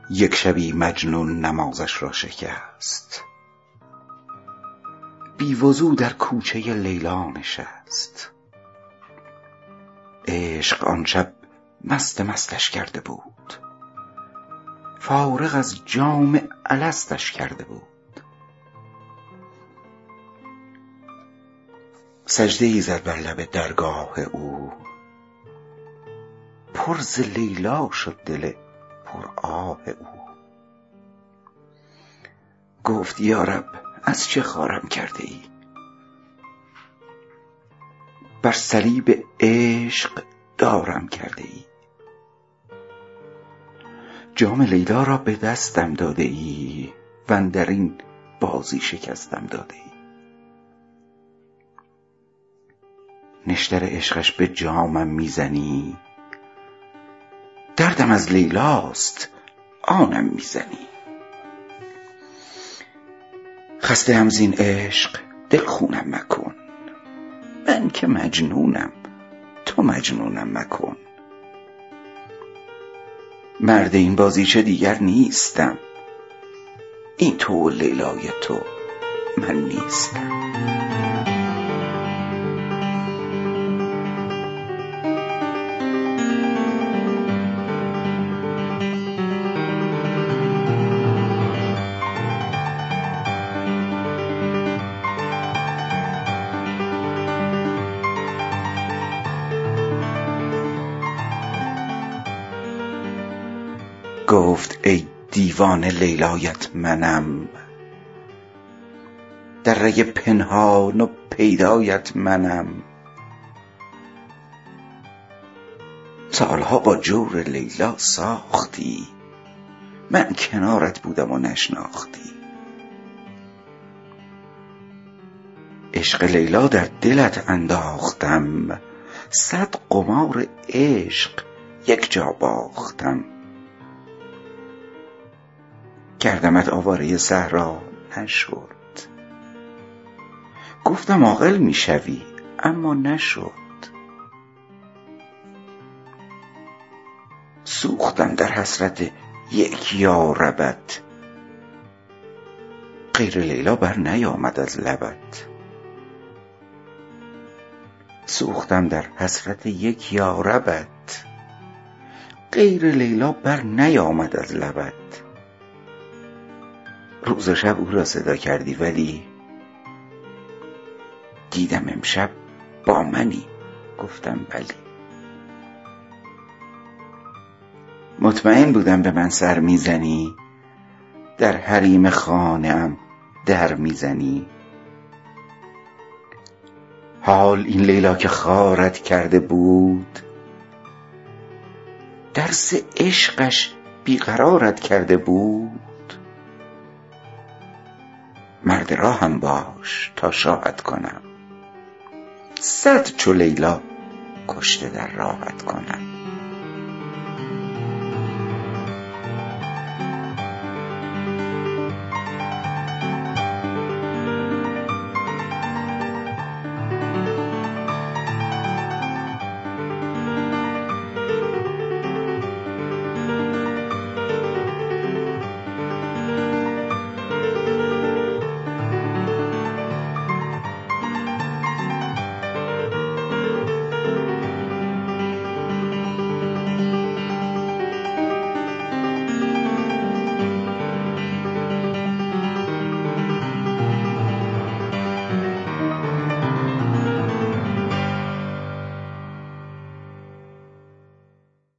یک شبی مجنون نمازش را شکست، بی وضو در کوچه لیلا نشست. عشق آن شب مستش کرده بود، فارغ از جام الستش کرده بود. سجده ای زد بر لب درگاه او، پر ز لیلا شد دل پر آه او. گفت یا رب از چه خوارم کرده ای، بر صلیب عشق دارم کرده ای. جام لیلا را به دستم داده ای، و اندرین بازی شکستم داده ای. نشتر عشقش به جامم میزنی، دردم از لیلاست آنم میزنی. خسته ام زین عشق دل خونم مکن، من که مجنونم تو مجنونم مکن. مرد این بازیچه دیگر نیستم، این تو و لیلای تو من نیستم. گفت ای دیوانه لیلایت منم، در رگ پنهان و پیدایت منم. سالها با جور لیلا ساختی، من کنارت بودم و نشناختی. عشق لیلا در دلت انداختم، 100 قمار عشق یک جا باختم. کردمت آواره صحرا نشد، گفتم عاقل میشوی اما نشد. سوختم در حسرت یک یاربت، غیر لیلا بر نیامد از لبت. سوختم در حسرت یک یاربت، غیر لیلا بر نیامد از لبت. روز و شب او را صدا کردی، ولی دیدم امشب با منی. گفتم بلی. مطمئن بودم به من سر میزنی، در حریم خانه‌ام در میزنی. حال این لیلا که خوارت کرده بود، درس عشقش بیقرارت کرده بود. مرد راهم باش تا شاهد کنم، 100 چو لیلا کشته در راحت کنم.